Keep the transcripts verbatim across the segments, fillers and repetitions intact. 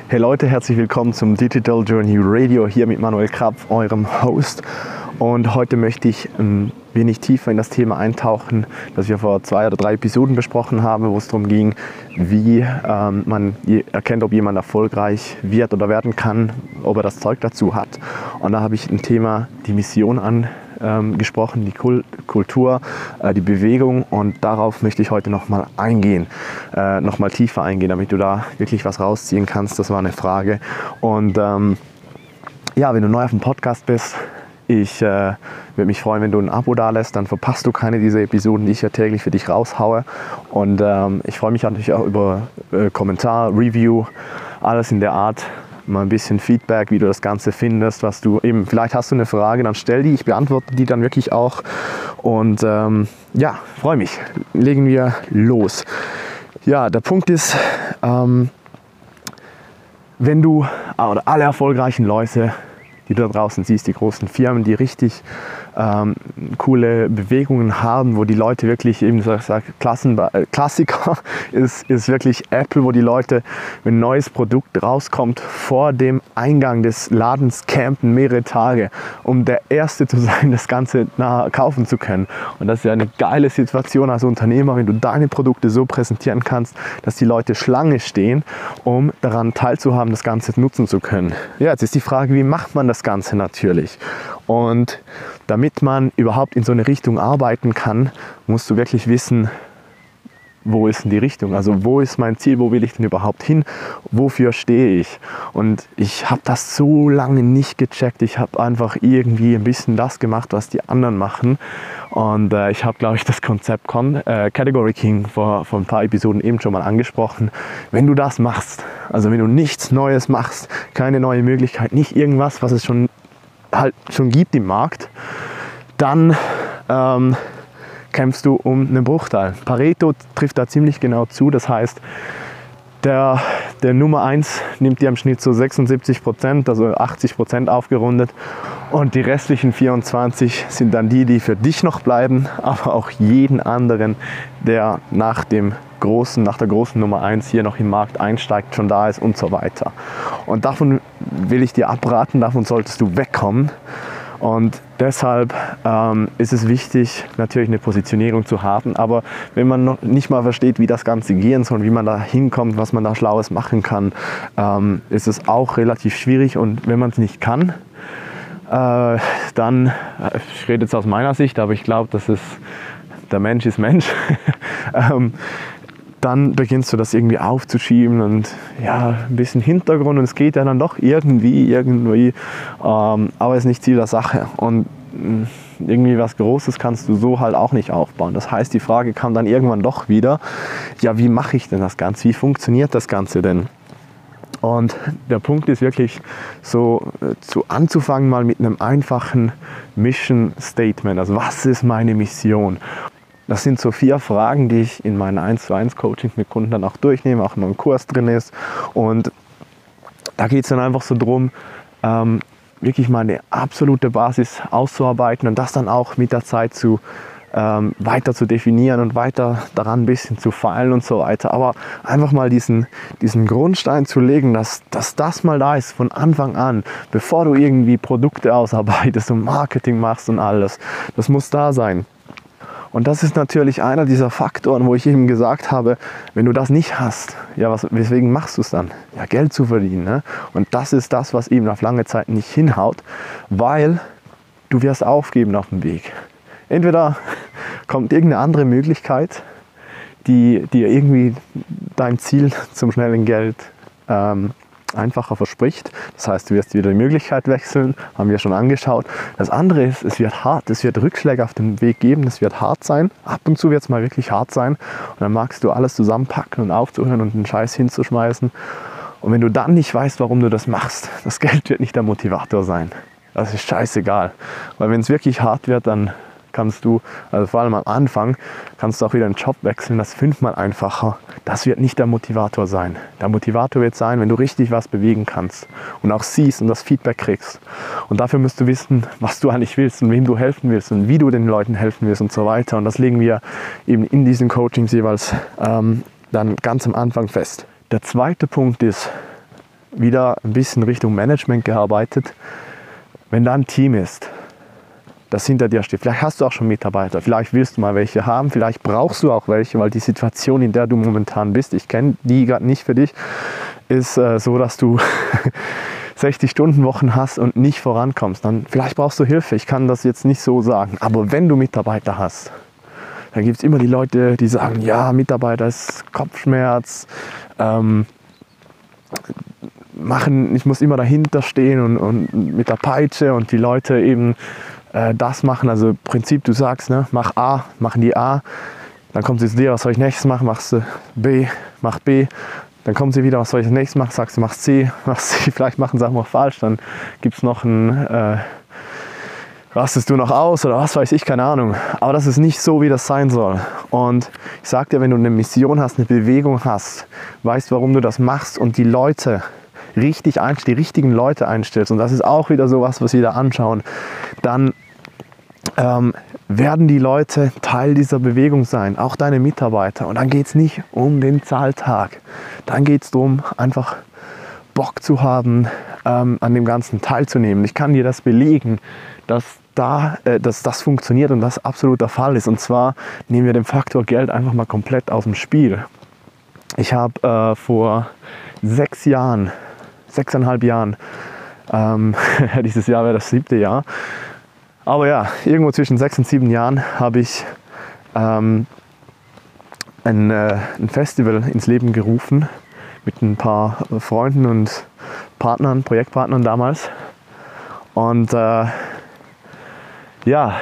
Hey Leute, herzlich willkommen zum Digital Journey Radio, hier mit Manuel Krapf, eurem Host. Und heute möchte ich ein wenig tiefer in das Thema eintauchen, das wir vor zwei oder drei Episoden besprochen haben, wo es darum ging, wie ähm, man erkennt, ob jemand erfolgreich wird oder werden kann, ob er das Zeug dazu hat. Und da habe ich ein Thema, die Mission angesprochen, die Kultur, äh, die Bewegung, und darauf möchte ich heute nochmal eingehen, äh, nochmal tiefer eingehen, damit du da wirklich was rausziehen kannst. Das war eine Frage. Und ähm, ja, wenn du neu auf dem Podcast bist, ich äh, würde mich freuen, wenn du ein Abo da lässt, dann verpasst du keine dieser Episoden, die ich ja täglich für dich raushaue. Und ähm, ich freue mich natürlich auch über äh, Kommentar, Review, alles in der Art, mal ein bisschen Feedback, wie du das Ganze findest, was du eben, vielleicht hast du eine Frage, dann stell die, ich beantworte die dann wirklich auch. Und ähm, ja, freue mich. Legen wir los. Ja, der Punkt ist, ähm, wenn du, oder alle erfolgreichen Leute, die du da draußen siehst, die großen Firmen, die richtig ähm, coole Bewegungen haben, wo die Leute wirklich eben, so ich sag, Klassen, äh, Klassiker ist, ist wirklich Apple, wo die Leute, wenn ein neues Produkt rauskommt, vor dem Eingang des Ladens campen mehrere Tage, um der Erste zu sein, das Ganze nach, kaufen zu können. Und das ist ja eine geile Situation als Unternehmer, wenn du deine Produkte so präsentieren kannst, dass die Leute Schlange stehen, um daran teilzuhaben, das Ganze nutzen zu können. Ja, jetzt ist die Frage, wie macht man das Ganze natürlich? Und damit man überhaupt in so eine Richtung arbeiten kann, musst du wirklich wissen, wo ist denn die Richtung? Also wo ist mein Ziel? Wo will ich denn überhaupt hin? Wofür stehe ich? Und ich habe das so lange nicht gecheckt. Ich habe einfach irgendwie ein bisschen das gemacht, was die anderen machen. Und äh, ich habe, glaube ich, das Konzept Con äh, Category King vor, vor ein paar Episoden eben schon mal angesprochen. Wenn du das machst, also wenn du nichts Neues machst, keine neue Möglichkeit, nicht irgendwas, was es schon halt schon gibt im Markt, dann ähm, kämpfst du um einen Bruchteil. Pareto trifft da ziemlich genau zu, das heißt, der, der Nummer eins nimmt dir im Schnitt so sechsundsiebzig Prozent, also achtzig Prozent aufgerundet, und die restlichen vierundzwanzig sind dann die, die für dich noch bleiben, aber auch jeden anderen, der nach dem großen, nach der großen Nummer eins hier noch im Markt einsteigt, schon da ist und so weiter. Und davon will ich dir abraten, davon solltest du wegkommen. Und deshalb ähm, ist es wichtig, natürlich eine Positionierung zu haben. Aber wenn man noch nicht mal versteht, wie das Ganze gehen soll, wie man da hinkommt, was man da Schlaues machen kann, ähm, ist es auch relativ schwierig. Und wenn man es nicht kann, äh, dann, ich rede jetzt aus meiner Sicht, aber ich glaube, das ist, der Mensch ist Mensch, ähm, dann beginnst du das irgendwie aufzuschieben und ja, ein bisschen Hintergrund, und es geht ja dann doch irgendwie, irgendwie, ähm, aber es ist nicht Ziel der Sache, und mh, irgendwie was Großes kannst du so halt auch nicht aufbauen. Das heißt, die Frage kam dann irgendwann doch wieder, ja, wie mache ich denn das Ganze, wie funktioniert das Ganze denn? Und der Punkt ist wirklich so, äh, zu anzufangen mal mit einem einfachen Mission Statement, also was ist meine Mission? Das sind so vier Fragen, die ich in meinen eins zu eins Coachings mit Kunden dann auch durchnehme, auch in meinem Kurs drin ist. Und da geht es dann einfach so drum, ähm, wirklich mal eine absolute Basis auszuarbeiten und das dann auch mit der Zeit zu, ähm, weiter zu definieren und weiter daran ein bisschen zu feilen und so weiter. Aber einfach mal diesen, diesen Grundstein zu legen, dass, dass das mal da ist von Anfang an, bevor du irgendwie Produkte ausarbeitest und Marketing machst und alles. Das muss da sein. Und das ist natürlich einer dieser Faktoren, wo ich eben gesagt habe, wenn du das nicht hast, ja, was, weswegen machst du es dann? Ja, Geld zu verdienen. Ne? Und das ist das, was eben auf lange Zeit nicht hinhaut, weil du wirst aufgeben auf dem Weg. Entweder kommt irgendeine andere Möglichkeit, die dir irgendwie dein Ziel zum schnellen Geld ähm, einfacher verspricht. Das heißt, du wirst wieder die Möglichkeit wechseln, haben wir schon angeschaut. Das andere ist, es wird hart, es wird Rückschläge auf dem Weg geben, es wird hart sein. Ab und zu wird es mal wirklich hart sein. Und dann magst du alles zusammenpacken und aufzuhören und den Scheiß hinzuschmeißen. Und wenn du dann nicht weißt, warum du das machst, das Geld wird nicht der Motivator sein. Das ist scheißegal. Weil wenn es wirklich hart wird, dann kannst du, also vor allem am Anfang, kannst du auch wieder einen Job wechseln, das ist fünfmal einfacher. Das wird nicht der Motivator sein. Der Motivator wird sein, wenn du richtig was bewegen kannst und auch siehst und das Feedback kriegst. Und dafür musst du wissen, was du eigentlich willst und wem du helfen willst und wie du den Leuten helfen willst und so weiter. Und das legen wir eben in diesen Coachings jeweils ähm, dann ganz am Anfang fest. Der zweite Punkt ist, wieder ein bisschen Richtung Management gearbeitet. Wenn da ein Team ist, das hinter dir steht, vielleicht hast du auch schon Mitarbeiter, vielleicht willst du mal welche haben, vielleicht brauchst du auch welche, weil die Situation, in der du momentan bist, ich kenne die gerade nicht für dich, ist äh, so, dass du sechzig Stunden Wochen hast und nicht vorankommst. Dann vielleicht brauchst du Hilfe, ich kann das jetzt nicht so sagen, aber wenn du Mitarbeiter hast, dann gibt es immer die Leute, die sagen, ja, Mitarbeiter ist Kopfschmerz, ähm, machen, ich muss immer dahinter stehen und, und mit der Peitsche und die Leute eben äh, das machen. Also im Prinzip, du sagst, ne, mach A, machen die A, dann kommt sie zu dir, was soll ich nächstes machen, machst du B, mach B, dann kommen sie wieder, was soll ich nächstes machen, sagst du, mach C, mach C, vielleicht machen sie auch mal falsch, dann gibt es noch ein, äh, rastest du noch aus oder was weiß ich, keine Ahnung. Aber das ist nicht so, wie das sein soll. Und ich sag dir, wenn du eine Mission hast, eine Bewegung hast, weißt, warum du das machst und die Leute richtig einstellst, die richtigen Leute einstellst, und das ist auch wieder sowas, was wir da anschauen, dann ähm, werden die Leute Teil dieser Bewegung sein, auch deine Mitarbeiter. Und dann geht es nicht um den Zahltag. Dann geht es darum, einfach Bock zu haben, ähm, an dem Ganzen teilzunehmen. Ich kann dir das belegen, dass, da, äh, dass das funktioniert und das absolut der Fall ist. Und zwar nehmen wir den Faktor Geld einfach mal komplett aus dem Spiel. Ich habe äh, vor sechs Jahren, sechseinhalb Jahren, ähm, dieses Jahr wäre das siebte Jahr, aber ja, irgendwo zwischen sechs und sieben Jahren habe ich ähm, ein, äh, ein Festival ins Leben gerufen mit ein paar Freunden und Partnern, Projektpartnern damals. Und äh, ja,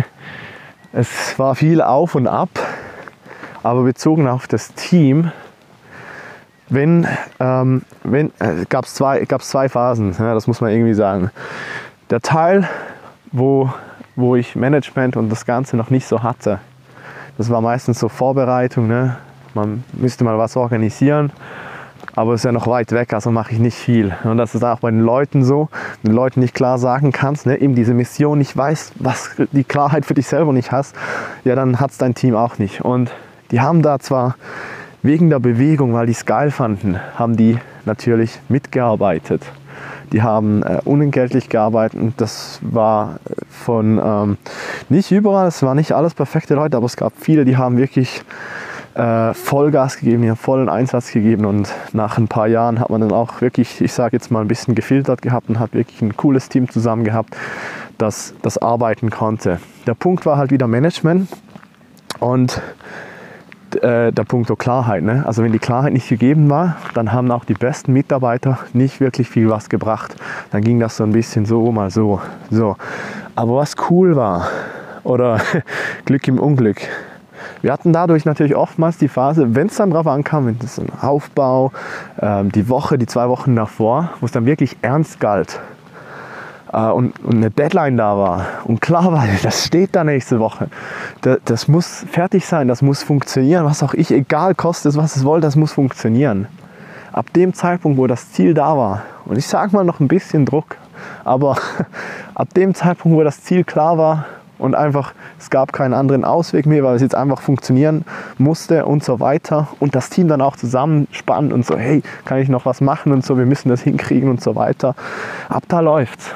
es war viel auf und ab, aber bezogen auf das Team, wenn, ähm, wenn äh, gab es zwei, gab's zwei Phasen, ja, das muss man irgendwie sagen. Der Teil, wo, wo ich Management und das Ganze noch nicht so hatte, das war meistens so Vorbereitung, ne? Man müsste mal was organisieren, aber es ist ja noch weit weg, also mache ich nicht viel. Und das ist auch bei den Leuten so, wenn du den Leuten nicht klar sagen kannst, ne, eben diese Mission nicht weißt, was die Klarheit für dich selber nicht hast, ja, dann hat es dein Team auch nicht. Und die haben da zwar wegen der Bewegung, weil die es geil fanden, haben die natürlich mitgearbeitet. Die haben äh, unentgeltlich gearbeitet und das war von, ähm, nicht überall, es waren nicht alles perfekte Leute, aber es gab viele, die haben wirklich äh, Vollgas gegeben, die haben vollen Einsatz gegeben, und nach ein paar Jahren hat man dann auch wirklich, ich sage jetzt mal, ein bisschen gefiltert gehabt und hat wirklich ein cooles Team zusammen gehabt, das, das arbeiten konnte. Der Punkt war halt wieder Management und der Punkt der Klarheit. Ne? Also wenn die Klarheit nicht gegeben war, dann haben auch die besten Mitarbeiter nicht wirklich viel was gebracht. Dann ging das so ein bisschen so, mal so. so. Aber was cool war, oder Glück im Unglück, wir hatten dadurch natürlich oftmals die Phase, wenn es dann drauf ankam, wenn das ein Aufbau, ähm, die Woche, die zwei Wochen davor, wo es dann wirklich ernst galt, Und, und eine Deadline da war und klar war, das steht da nächste Woche, das, das muss fertig sein, das muss funktionieren, was auch ich, egal kostet es, was es wollte, das muss funktionieren. Ab dem Zeitpunkt, wo das Ziel da war, und ich sage mal noch ein bisschen Druck, aber ab dem Zeitpunkt, wo das Ziel klar war und einfach, es gab keinen anderen Ausweg mehr, weil es jetzt einfach funktionieren musste und so weiter, und das Team dann auch zusammenspannt und so, hey, kann ich noch was machen und so, wir müssen das hinkriegen und so weiter, ab da läuft's.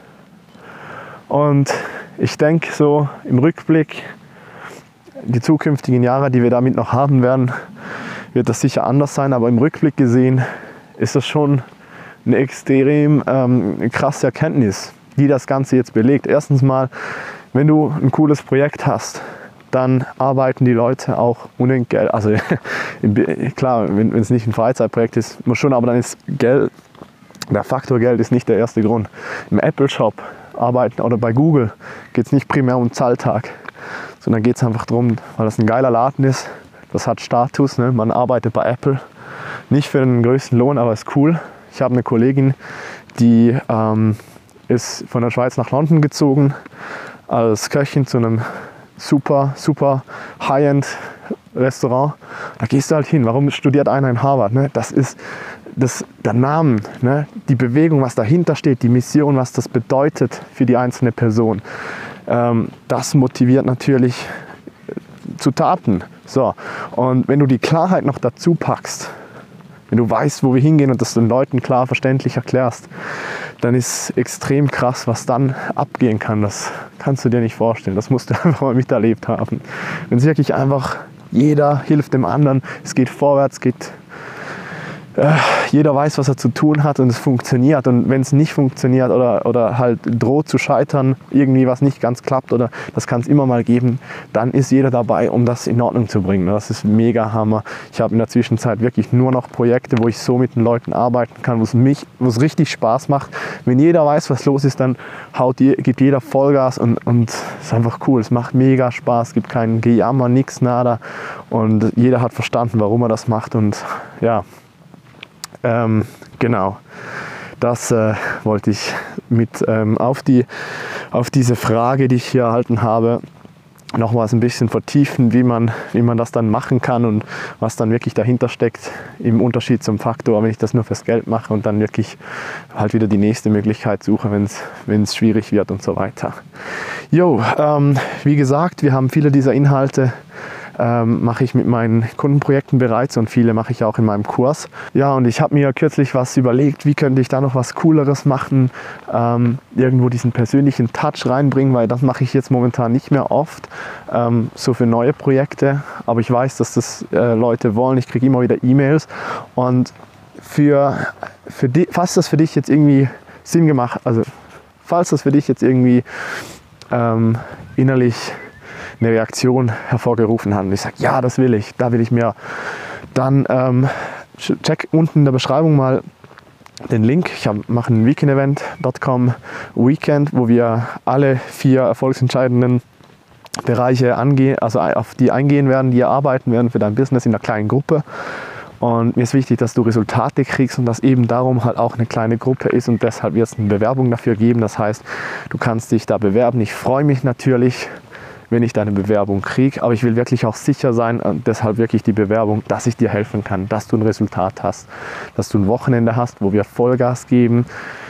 Und ich denke so im Rückblick, die zukünftigen Jahre, die wir damit noch haben werden, wird das sicher anders sein. Aber im Rückblick gesehen ist das schon eine extrem ähm, krasse Erkenntnis, die das Ganze jetzt belegt. Erstens mal, wenn du ein cooles Projekt hast, dann arbeiten die Leute auch unentgeltlich. Also klar, wenn es nicht ein Freizeitprojekt ist, muss schon, aber dann ist Geld, der Faktor Geld ist nicht der erste Grund. Im Apple Shop arbeiten oder bei Google geht es nicht primär um Zahltag, sondern geht es einfach darum, weil das ein geiler Laden ist, das hat Status, ne? Man arbeitet bei Apple, nicht für den größten Lohn, aber ist cool. Ich habe eine Kollegin, die ähm, ist von der Schweiz nach London gezogen als Köchin zu einem super, super High-End Restaurant. Da gehst du halt hin. Warum studiert einer in Harvard? Ne? Das ist das, der Name, ne? Die Bewegung, was dahinter steht, die Mission, was das bedeutet für die einzelne Person. Ähm, das motiviert natürlich zu Taten. So. Und wenn du die Klarheit noch dazu packst, wenn du weißt, wo wir hingehen und das den Leuten klar verständlich erklärst, dann ist extrem krass, was dann abgehen kann. Das kannst du dir nicht vorstellen. Das musst du einfach mal miterlebt haben. Wenn es wirklich einfach, jeder hilft dem anderen, es geht vorwärts, geht Äh, jeder weiß, was er zu tun hat und es funktioniert. Und wenn es nicht funktioniert oder, oder halt droht zu scheitern, irgendwie was nicht ganz klappt oder das kann es immer mal geben, dann ist jeder dabei, um das in Ordnung zu bringen. Das ist mega Hammer. Ich habe in der Zwischenzeit wirklich nur noch Projekte, wo ich so mit den Leuten arbeiten kann, wo es mich, wo es richtig Spaß macht. Wenn jeder weiß, was los ist, dann haut je, gibt jeder Vollgas und, und es ist einfach cool. Es macht mega Spaß, es gibt keinen Gejammer, nix, nada. Und jeder hat verstanden, warum er das macht und ja, Ähm, genau, das äh, wollte ich mit ähm, auf, die, auf diese Frage, die ich hier erhalten habe, nochmals ein bisschen vertiefen, wie man, wie man das dann machen kann und was dann wirklich dahinter steckt im Unterschied zum Faktor, wenn ich das nur fürs Geld mache und dann wirklich halt wieder die nächste Möglichkeit suche, wenn es schwierig wird und so weiter. Jo, ähm, wie gesagt, wir haben viele dieser Inhalte Ähm, mache ich mit meinen Kundenprojekten bereits und viele mache ich auch in meinem Kurs. Ja, und ich habe mir kürzlich was überlegt, wie könnte ich da noch was Cooleres machen, ähm, irgendwo diesen persönlichen Touch reinbringen, weil das mache ich jetzt momentan nicht mehr oft, ähm, so für neue Projekte. Aber ich weiß, dass das äh, Leute wollen. Ich kriege immer wieder E-Mails und für, für die, falls das für dich jetzt irgendwie Sinn gemacht, also falls das für dich jetzt irgendwie ähm, innerlich eine Reaktion hervorgerufen hat. Und ich sage, ja, das will ich, da will ich mehr. Dann ähm, check unten in der Beschreibung mal den Link. Ich mache ein weekend event punkt com Weekend, wo wir alle vier erfolgsentscheidenden Bereiche angehen, also auf die eingehen werden, die erarbeiten werden für dein Business in einer kleinen Gruppe. Und mir ist wichtig, dass du Resultate kriegst und dass eben darum halt auch eine kleine Gruppe ist und deshalb wird es eine Bewerbung dafür geben. Das heißt, du kannst dich da bewerben. Ich freue mich natürlich, wenn ich deine Bewerbung kriege, aber ich will wirklich auch sicher sein, und deshalb wirklich die Bewerbung, dass ich dir helfen kann, dass du ein Resultat hast, dass du ein Wochenende hast, wo wir Vollgas geben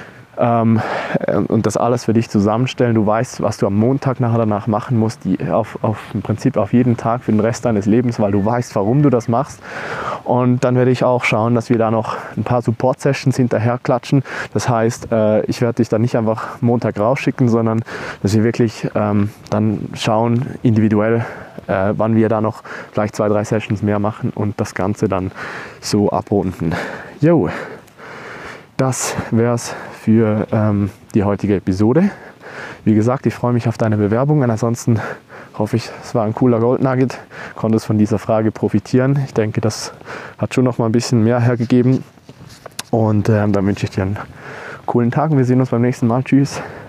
ähm, und das alles für dich zusammenstellen. Du weißt, was du am Montag nachher danach machen musst, die auf, auf im Prinzip auf jeden Tag für den Rest deines Lebens, weil du weißt, warum du das machst. Und dann werde ich auch schauen, dass wir da noch ein paar Support-Sessions hinterher klatschen. Das heißt, äh, ich werde dich dann nicht einfach Montag rausschicken, sondern dass wir wirklich ähm, dann schauen, individuell, äh, wann wir da noch vielleicht zwei, drei Sessions mehr machen und das Ganze dann so abrunden. Jo, das wäre es für ähm, die heutige Episode. Wie gesagt, ich freue mich auf deine Bewerbung und ansonsten hoffe ich, es war ein cooler Gold Nugget, konntest von dieser Frage profitieren. Ich denke, das hat schon noch mal ein bisschen mehr hergegeben und ähm, dann wünsche ich dir einen coolen Tag und wir sehen uns beim nächsten Mal. Tschüss.